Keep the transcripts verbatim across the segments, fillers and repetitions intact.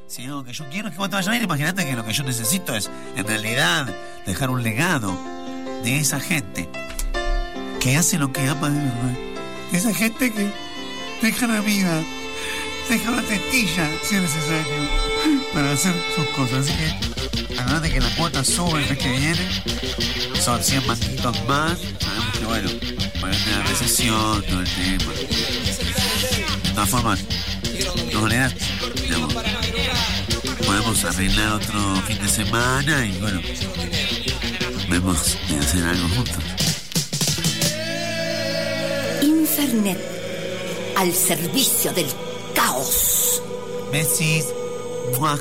Si algo que yo quiero es que vos te vayas a ir, imagínate que lo que yo necesito es, en realidad, dejar un legado de esa gente que hace lo que ama de verdad. De esa gente que deja la vida, deja una tetilla, si es necesario, para hacer sus cosas. Así que, además de que la cuota sube el mes que viene, son cien manguitos más. Sabemos que, bueno, parece la recesión, todo el tema. De todas formas, nos manera, digamos, podemos arreglar otro fin de semana y, bueno, vemos de hacer algo juntos. Internet al servicio del caos. Besis, muac.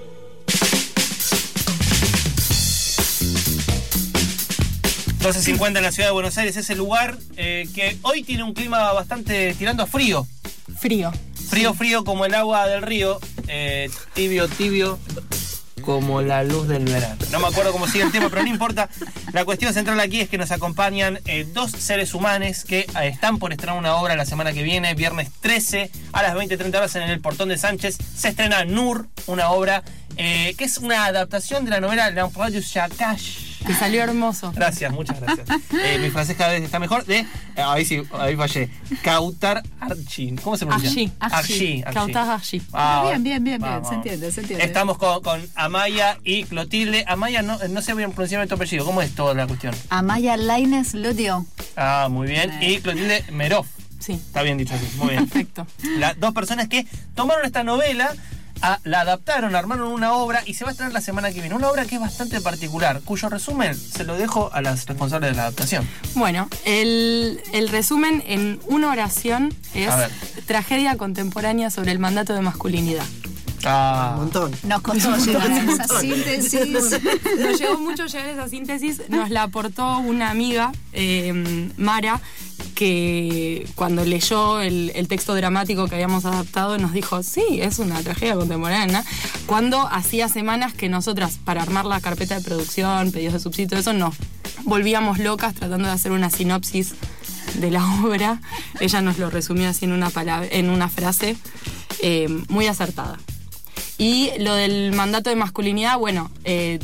doce cincuenta en la ciudad de Buenos Aires es el lugar eh, que hoy tiene un clima bastante tirando a frío. Frío. Frío, frío como el agua del río. Eh, tibio, tibio como la luz del verano. No me acuerdo cómo sigue el tema, pero no importa. La cuestión central aquí es que nos acompañan eh, dos seres humanos que eh, están por estrenar una obra la semana que viene, viernes trece a las veinte treinta horas en el Portón de Sánchez. Se estrena Nur, una obra eh, que es una adaptación de la novela L'Empereur du Chakash. Que salió hermoso. Gracias, muchas gracias. Eh, mi francés cada vez está mejor. De, eh, ahí sí, ahí fallé. Kautar Archi. ¿Cómo se pronuncia? Archi. Archi. Kautar Archi. Ah, bien, bien, bien, bien. Vamos. Se entiende, se entiende. Estamos con, con Amaya y Clotilde. Amaya, no, no sé bien pronunciar tu apellido. ¿Cómo es toda la cuestión? Amaya Lainez Ludio. Ah, muy bien. Eh. Y Clotilde Merov. Sí. Está bien dicho así. Muy bien. Perfecto. Las dos personas que tomaron esta novela, a, la adaptaron, armaron una obra y se va a estrenar la semana que viene. Una obra que es bastante particular, cuyo resumen se lo dejo a las responsables de la adaptación. Bueno, el, el resumen en una oración es tragedia contemporánea sobre el mandato de masculinidad. Ah. Un montón. Nos costó llegar a esa síntesis. Nos llegó mucho llegar a esa síntesis. Nos la aportó una amiga, eh, Mara, que cuando leyó el, el texto dramático que habíamos adaptado nos dijo, sí, es una tragedia contemporánea, cuando hacía semanas que nosotras, para armar la carpeta de producción, pedidos de subsitio, eso, nos volvíamos locas tratando de hacer una sinopsis de la obra. Ella nos lo resumió así en una palabra, en una frase eh, muy acertada. Y lo del mandato de masculinidad, bueno, eh,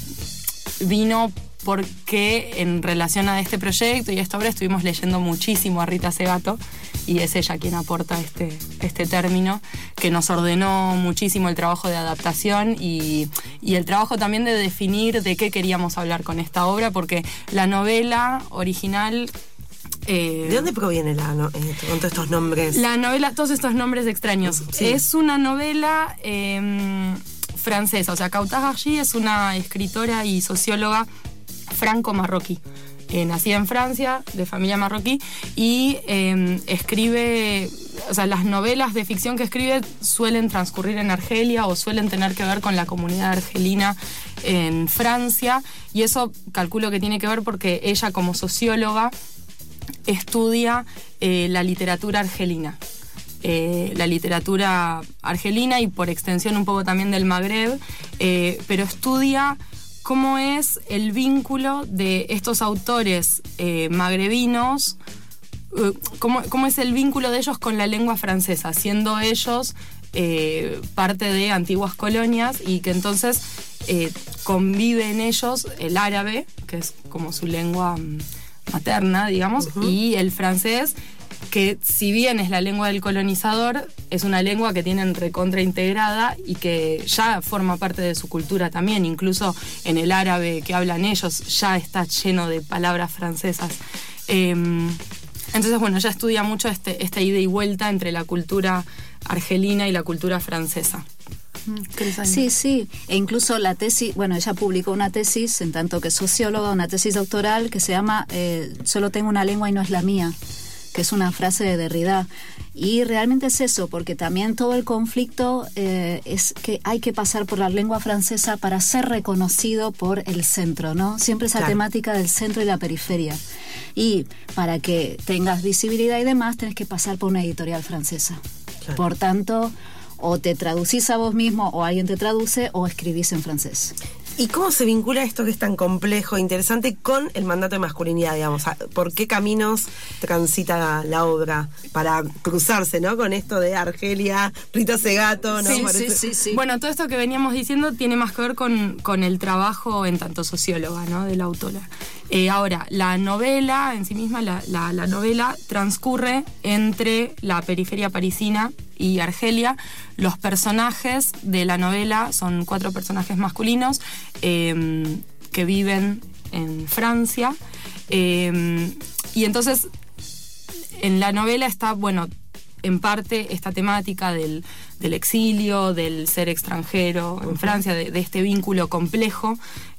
vino porque en relación a este proyecto y esta obra estuvimos leyendo muchísimo a Rita Segato, y es ella quien aporta este, este término, que nos ordenó muchísimo el trabajo de adaptación y, y el trabajo también de definir de qué queríamos hablar con esta obra, porque la novela original... Eh, ¿De dónde proviene la no, eh, con todos estos nombres? La novela, todos estos nombres extraños. Sí. Es una novela eh, francesa, o sea, Kautar Archi es una escritora y socióloga franco-marroquí. Eh, nacida en Francia, de familia marroquí, y eh, escribe, o sea, las novelas de ficción que escribe suelen transcurrir en Argelia o suelen tener que ver con la comunidad argelina en Francia, y eso calculo que tiene que ver porque ella, como socióloga, estudia eh, la literatura argelina. Eh, la literatura argelina y por extensión un poco también del Magreb, eh, pero estudia cómo es el vínculo de estos autores eh, magrebinos, eh, cómo, cómo es el vínculo de ellos con la lengua francesa, siendo ellos eh, parte de antiguas colonias, y que entonces eh, convive en ellos el árabe, que es como su lengua materna, digamos, uh-huh. y el francés, que si bien es la lengua del colonizador, es una lengua que tienen recontra integrada y que ya forma parte de su cultura también. Incluso en el árabe que hablan ellos ya está lleno de palabras francesas. Eh, entonces, bueno, ella estudia mucho este, esta ida y vuelta entre la cultura argelina y la cultura francesa. Sí, sí, e incluso la tesis, bueno, ella publicó una tesis, en tanto que socióloga, una tesis doctoral que se llama eh, Solo tengo una lengua y no es la mía, que es una frase de Derrida. Y realmente es eso, porque también todo el conflicto eh, es que hay que pasar por la lengua francesa para ser reconocido por el centro, ¿no? Siempre esa claro. temática del centro y la periferia. Y para que tengas visibilidad y demás, tenés que pasar por una editorial francesa. Claro. Por tanto, o te traducís a vos mismo, o alguien te traduce, o escribís en francés. ¿Y cómo se vincula esto que es tan complejo e interesante con el mandato de masculinidad, digamos? ¿Por qué caminos transita la obra para cruzarse, ¿no? Con esto de Argelia, Rita Segato, ¿no? Sí, Parece... sí, sí, sí. Bueno, todo esto que veníamos diciendo tiene más que ver con, con el trabajo en tanto socióloga, ¿no? De la autora. Eh, ahora, la novela en sí misma, la, la, la novela transcurre entre la periferia parisina y Argelia. Los personajes de la novela son cuatro personajes masculinos eh, que viven en Francia. Eh, y entonces, en la novela está, bueno, en parte esta temática del, del exilio, del ser extranjero en Francia, de, de este vínculo complejo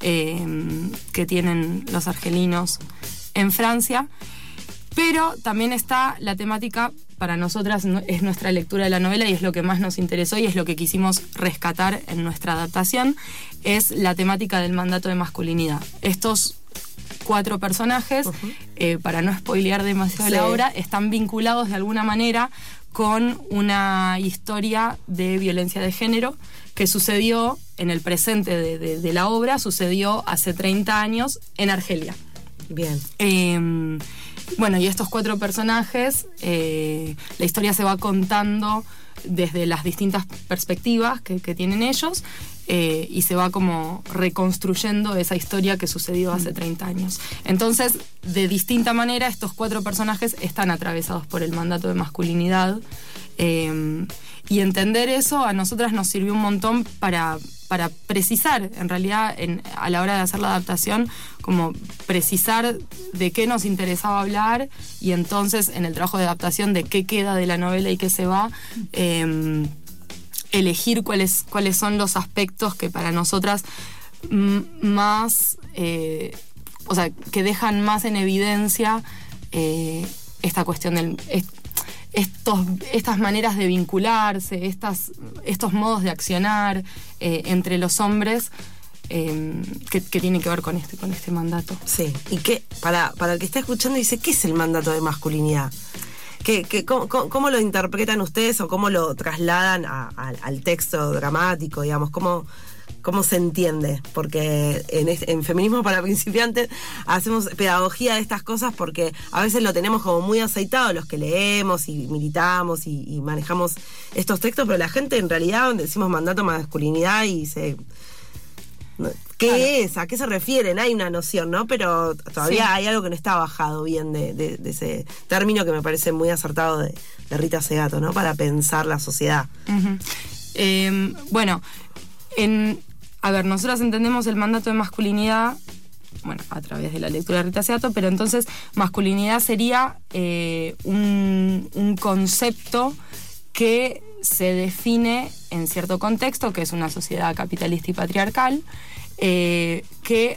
eh, que tienen los argelinos en Francia. Pero también está la temática, para nosotras es nuestra lectura de la novela y es lo que más nos interesó y es lo que quisimos rescatar en nuestra adaptación, es la temática del mandato de masculinidad. Estos cuatro personajes, uh-huh. eh, para no spoilear demasiado sí. la obra, están vinculados de alguna manera con una historia de violencia de género que sucedió en el presente de, de, de la obra, sucedió hace treinta años en Argelia. Bien. Eh, bueno, y estos cuatro personajes, eh, la historia se va contando desde las distintas perspectivas que, que tienen ellos eh, y se va como reconstruyendo esa historia que sucedió hace treinta años. Entonces, de distinta manera, estos cuatro personajes están atravesados por el mandato de masculinidad eh, y entender eso a nosotras nos sirvió un montón para, para precisar, en realidad, en, a la hora de hacer la adaptación, como precisar de qué nos interesaba hablar y entonces en el trabajo de adaptación de qué queda de la novela y qué se va, eh, elegir cuáles, cuáles son los aspectos que para nosotras m- más, eh, o sea, que dejan más en evidencia eh, esta cuestión del... Est- Estos, estas maneras de vincularse, estas, estos modos de accionar eh, entre los hombres eh, que, que tienen que ver con este, con este mandato. Sí, y que para, para el que está escuchando dice, ¿qué es el mandato de masculinidad? ¿Qué, qué, cómo, cómo lo interpretan ustedes o cómo lo trasladan a, a, al texto dramático, digamos? ¿Cómo, cómo se entiende? Porque en, en Feminismo para Principiantes hacemos pedagogía de estas cosas porque a veces lo tenemos como muy aceitado los que leemos y militamos y, y manejamos estos textos, pero la gente en realidad decimos mandato masculinidad y se... ¿Qué claro. es? ¿A qué se refieren? Hay una noción, ¿no? Pero todavía sí. hay algo que no está bajado bien de, de, de ese término que me parece muy acertado de, de Rita Segato, ¿no? Para pensar la sociedad. Uh-huh. Eh, bueno, en... A ver, nosotras entendemos el mandato de masculinidad, bueno, a través de la lectura de Rita Segato, pero entonces masculinidad sería eh, un, un concepto que se define en cierto contexto, que es una sociedad capitalista y patriarcal, eh, que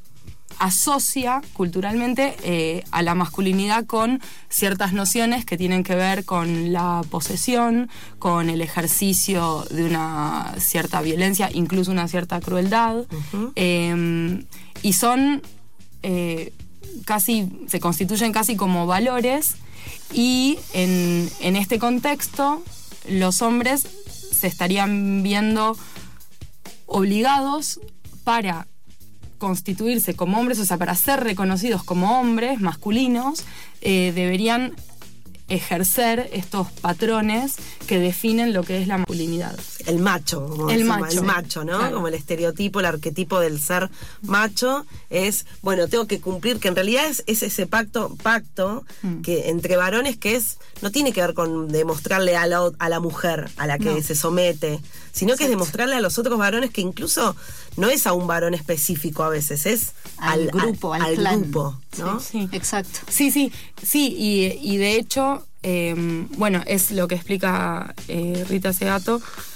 asocia culturalmente eh, a la masculinidad con ciertas nociones que tienen que ver con la posesión, con el ejercicio de una cierta violencia, incluso una cierta crueldad, uh-huh. eh, y son eh, casi, se constituyen casi como valores, y en, en este contexto los hombres se estarían viendo obligados para constituirse como hombres, o sea, para ser reconocidos como hombres masculinos, eh, deberían ejercer estos patrones que definen lo que es la masculinidad. El macho, como el decimos, macho. el macho, ¿no? Claro. Como el estereotipo, el arquetipo del ser macho es, bueno, tengo que cumplir, que en realidad es, es ese pacto, pacto mm. que entre varones que es, no tiene que ver con demostrarle a la, a la mujer a la que no. se somete, sino Exacto. que es demostrarle a los otros varones que incluso no es a un varón específico a veces, es al, al grupo, al, al clan. grupo, ¿no? Sí, sí. Exacto. Sí, sí, sí, y, y de hecho, eh, bueno, es lo que explica eh, Rita Segato,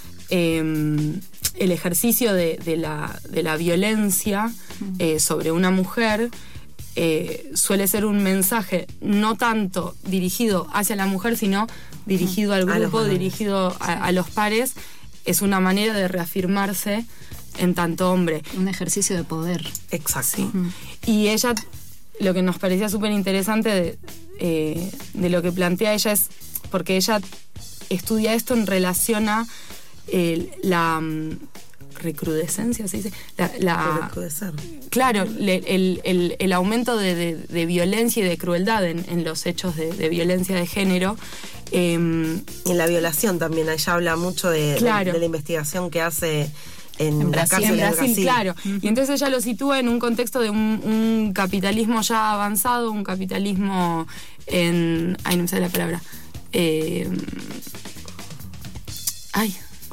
eh, el ejercicio de, de, la, de la violencia eh, sobre una mujer eh, suele ser un mensaje no tanto dirigido hacia la mujer, sino dirigido al grupo, dirigido a, a los pares. Es una manera de reafirmarse en tanto hombre. Un ejercicio de poder. Exacto. Sí. Mm. Y ella, lo que nos parecía súper interesante de, eh, de lo que plantea ella es, porque ella estudia esto en relación a eh, la, recrudescencia, se dice. La, la, Recrudecer. claro, le, el, el, el aumento de, de, de violencia y de crueldad en, en los hechos de, de violencia de género. Eh, y en la violación también, ella habla mucho de, claro. de, de la investigación que hace en, En la Brasil, cárcel en de Brasil, Brasil. claro. Uh-huh. Y entonces ella lo sitúa en un contexto de un, un capitalismo ya avanzado, un capitalismo en... Ay, no me sale la palabra. Eh, ay.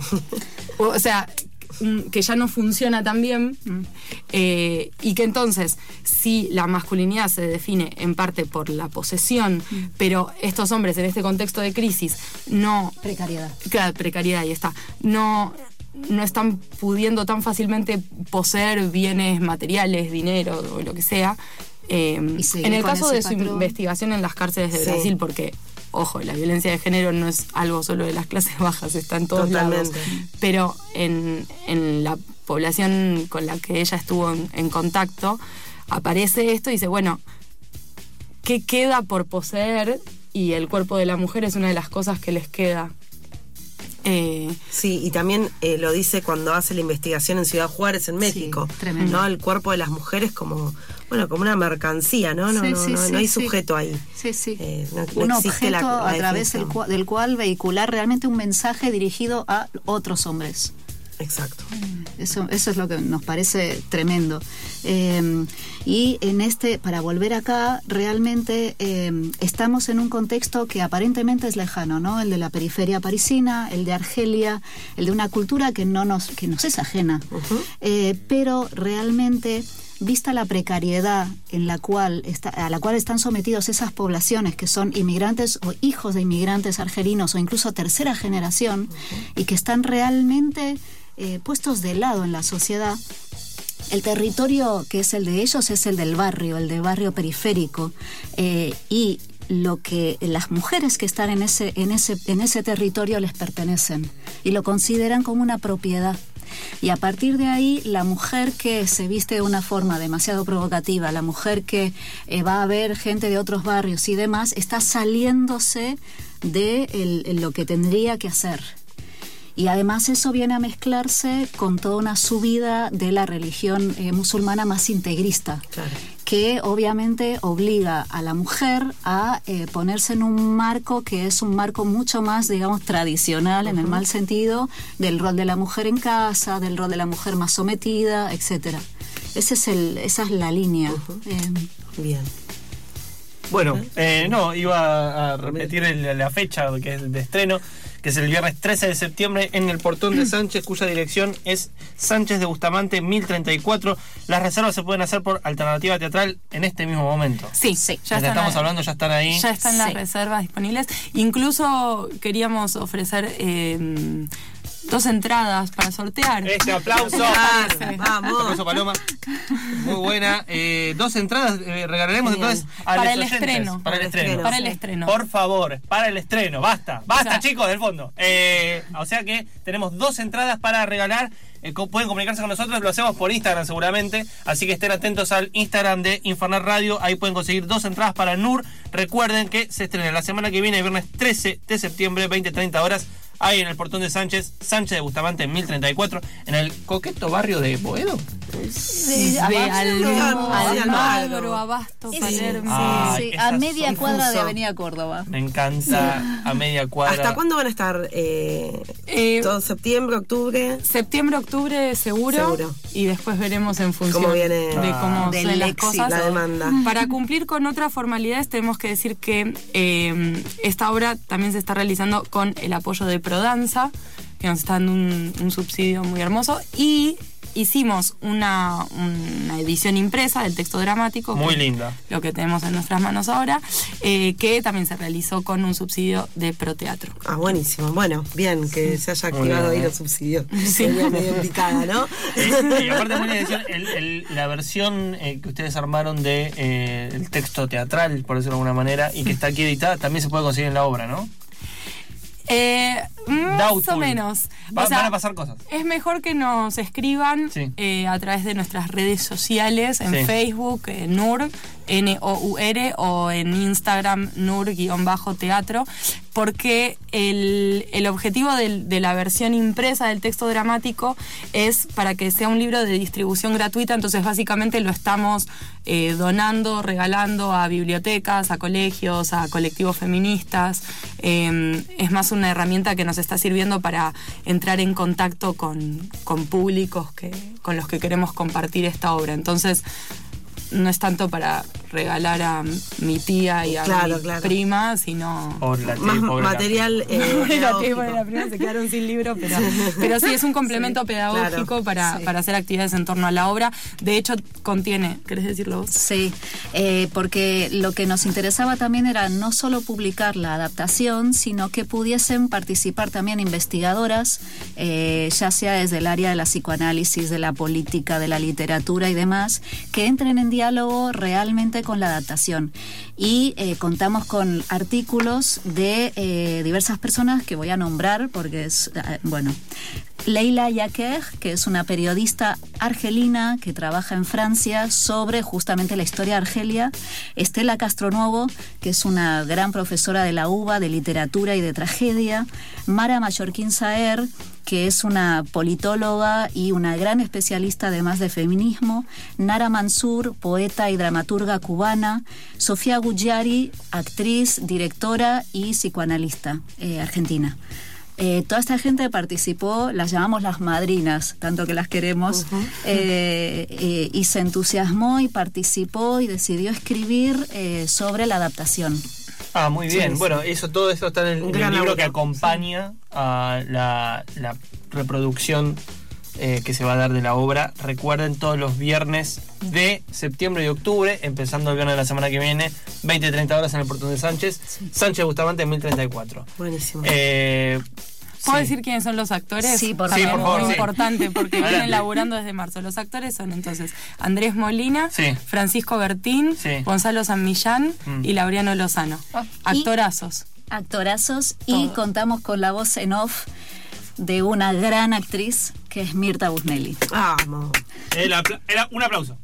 O sea, que ya no funciona tan bien, eh, y que entonces, si la masculinidad se define en parte por la posesión, mm. pero estos hombres en este contexto de crisis no... Precariedad. Claro, precariedad, ahí está. No... no están pudiendo tan fácilmente poseer bienes materiales, dinero o lo que sea. Eh, en el caso de su patrón. investigación en las cárceles de sí. Brasil, porque, ojo, la violencia de género no es algo solo de las clases bajas, está en todos Totalmente. lados. Pero en, en la población con la que ella estuvo en, en contacto, aparece esto y dice, bueno, ¿qué queda por poseer? Y el cuerpo de la mujer es una de las cosas que les queda. Eh, sí, y también eh, lo dice cuando hace la investigación en Ciudad Juárez, en México, sí, tremendo. ¿No? El cuerpo de las mujeres como, bueno, como una mercancía, ¿no? No, sí, no, sí, no, sí, no hay sí. sujeto ahí. Sí, sí. Eh, no, un no objeto la, la a través del cual, del cual vehicular realmente un mensaje dirigido a otros hombres. Exacto. Eso, eso es lo que nos parece tremendo. Eh, y en este, para volver acá, realmente eh, estamos en un contexto que aparentemente es lejano, ¿no? El de la periferia parisina, el de Argelia, el de una cultura que no nos, que nos es ajena. Uh-huh. Eh, pero realmente, vista la precariedad en la cual está, a la cual están sometidos esas poblaciones que son inmigrantes o hijos de inmigrantes argelinos o incluso tercera generación, uh-huh. y que están realmente eh, puestos de lado en la sociedad, el territorio que es el de ellos es el del barrio, el del barrio periférico, eh, y lo que las mujeres que están en ese, en ese, en ese territorio les pertenecen y lo consideran como una propiedad. Y a partir de ahí, la mujer que se viste de una forma demasiado provocativa, la mujer que eh, va a ver gente de otros barrios y demás, está saliéndose de el, lo que tendría que hacer. Y además eso viene a mezclarse con toda una subida de la religión eh, musulmana más integrista, claro. que obviamente obliga a la mujer a eh, ponerse en un marco que es un marco mucho más, digamos, tradicional, uh-huh. en el mal sentido, del rol de la mujer en casa, del rol de la mujer más sometida, etcétera. Ese es el, esa es la línea. Uh-huh. Eh, Bien. Bueno, eh, no, iba a repetir el, la fecha que es de estreno, que es el viernes trece de septiembre en el Portón de Sánchez, cuya dirección es Sánchez de Bustamante mil treinta y cuatro. Las reservas se pueden hacer por Alternativa Teatral en este mismo momento. Sí, sí. Ya están estamos ahí. hablando, ya están ahí. Ya están sí. las reservas disponibles. Incluso queríamos ofrecer eh, dos entradas para sortear. Este aplauso. Claro, vamos. Aplauso, Paloma. Muy buena. Eh, dos entradas eh, regalaremos Genial. entonces a para los el estreno. Para el estreno. Para el estreno. Por favor, para el estreno. Basta. Basta, o sea, chicos, del fondo. Eh, o sea que tenemos dos entradas para regalar. Eh, pueden comunicarse con nosotros, lo hacemos por Instagram seguramente, así que estén atentos al Instagram de Infernet Radio, ahí pueden conseguir dos entradas para N U R. Recuerden que se estrena la semana que viene, viernes trece de septiembre, veinte treinta horas, ahí en el Portón de Sánchez, Sánchez de Bustamante mil treinta y cuatro, en el coqueto barrio de Boedo. De, de Almagro, Abasto, Palermo. Ah, sí, sí, a media difuso. cuadra de Avenida Córdoba. Me encanta, sí. a media cuadra. ¿Hasta cuándo van a estar? Eh, eh, ¿Todo septiembre, octubre? Septiembre, octubre, seguro. Seguro. Y después veremos en función ¿Cómo viene? de cómo Del son las éxito, cosas. La demanda. Para cumplir con otras formalidades, tenemos que decir que eh, esta obra también se está realizando con el apoyo de Prodanza, que nos está dando un, un subsidio muy hermoso, y hicimos una, una edición impresa del texto dramático. Muy linda. Lo que tenemos en nuestras manos ahora, eh, que también se realizó con un subsidio de Proteatro. Ah, buenísimo. Bueno, bien que se haya activado ahí los subsidios. Sí. Sería medio picada, ¿no? Y, y aparte, muy edición, el, el, la versión eh, que ustedes armaron de eh, el texto teatral, por decirlo de alguna manera, y que está aquí editada, también se puede conseguir en la obra, ¿no? Eh, Más Doubtful. o menos. Va, O sea, van a pasar cosas. Es mejor que nos escriban Sí. eh, a través de nuestras redes sociales, en Sí. Facebook, eh, Nur, N O U R, o en Instagram, Nur-teatro, porque el, el objetivo del- de la versión impresa del texto dramático es para que sea un libro de distribución gratuita, entonces básicamente lo estamos eh, donando, regalando a bibliotecas, a colegios, a colectivos feministas. Eh, es más una herramienta que nos está sirviendo para entrar en contacto con, con públicos que, con los que queremos compartir esta obra. Entonces, no es tanto para regalar a mi tía y a Claro, mi claro. prima, sino... Por la Más pobre la- material eh, La tía y pedagógico. la prima se quedaron sin libro, pero, pero sí es un complemento Sí, pedagógico claro, para, sí. para hacer actividades en torno a la obra. De hecho, contiene, ¿querés decirlo vos? Sí, eh, porque lo que nos interesaba también era no solo publicar la adaptación, sino que pudiesen participar también investigadoras, eh, ya sea desde el área de la psicoanálisis, de la política, de la literatura y demás, que entren en diálogo realmente con la adaptación. Y eh, contamos con artículos de eh, diversas personas que voy a nombrar porque es, eh, bueno, Leila Yaquer, que es una periodista argelina que trabaja en Francia sobre justamente la historia de Argelia. Estela Castronuovo, que es una gran profesora de la U B A de literatura y de tragedia. Mara Mallorquín Saer, que es una politóloga y una gran especialista además de feminismo. Nara Mansur, poeta y dramaturga cubana. Sofía Guggiari, actriz, directora y psicoanalista eh, argentina. Eh, toda esta gente participó, las llamamos las madrinas, tanto que las queremos, Uh-huh. eh, eh, y se entusiasmó y participó y decidió escribir eh, sobre la adaptación. Ah, muy bien. Sí, bueno, eso todo eso está en el, Un en el gran libro laburo. que acompaña a la, la reproducción eh, que se va a dar de la obra. Recuerden, todos los viernes de septiembre y octubre, empezando el viernes de la semana que viene, veinte a treinta horas en el Portón de Sánchez. Sánchez Bustamante, mil treinta y cuatro. Buenísimo. Eh, ¿Puedo sí. decir quiénes son los actores? Sí, por También favor. Sí, por muy favor, sí. importante, porque Adelante. vienen laburando desde marzo. Los actores son entonces Andrés Molina, Sí. Francisco Bertín, Sí. Gonzalo San Millán Mm. y Laureano Lozano. Actorazos. Actorazos, y Todo. contamos con la voz en off de una gran actriz que es Mirta Busnelli. Vamos. El apla- era un aplauso.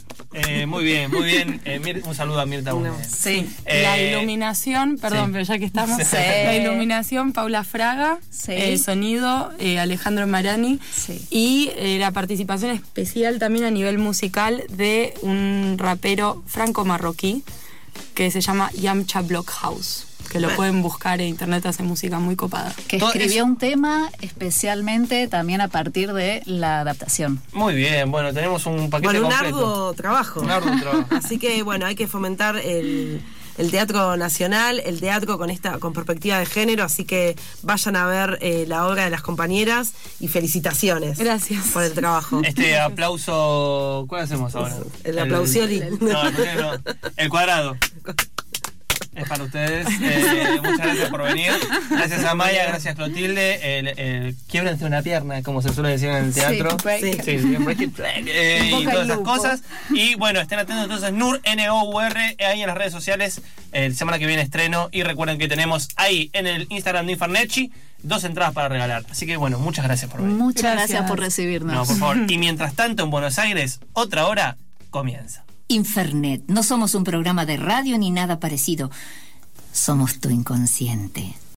Eh, muy bien, muy bien. Eh, Mir- un saludo a Mirta Busnelli. Sí. Eh, La iluminación, perdón, sí. pero ya que estamos, Sí. la iluminación, Paula Fraga, Sí. el sonido, eh, Alejandro Marani, Sí. y eh, la participación especial también a nivel musical de un rapero franco-marroquí que se llama Yamcha Blockhouse, que lo pueden buscar en internet, hace música muy copada. Que Todo escribió eso- un tema especialmente también a partir de la adaptación. Muy bien, bueno, tenemos un paquete Bueno, un completo. arduo trabajo. Un arduo trabajo. Así que bueno, hay que fomentar el, el teatro nacional, el teatro con esta con perspectiva de género, así que vayan a ver eh, la obra de las compañeras y felicitaciones. Gracias. Por el trabajo. Este aplauso, ¿cuál hacemos ahora? El aplausioli. No, el, no, el cuadrado. Es para ustedes. Eh, muchas gracias por venir. Gracias a Maya, gracias Clotilde. El, el quiebrense una pierna, como se suele decir en el teatro. break Sí, it. sí, sí, break it, break it, eh, Un y poco todas el esas lupo. cosas. Y bueno, estén atentos entonces, Nur, N O U R, ahí en las redes sociales. El semana que viene estreno. Y recuerden que tenemos ahí en el Instagram de Infernechi dos entradas para regalar. Así que bueno, muchas gracias por venir. Muchas gracias, Gracias. por recibirnos. No, por favor. Y mientras tanto, en Buenos Aires, otra hora comienza. Infernet, no somos un programa de radio ni nada parecido. Somos tu inconsciente.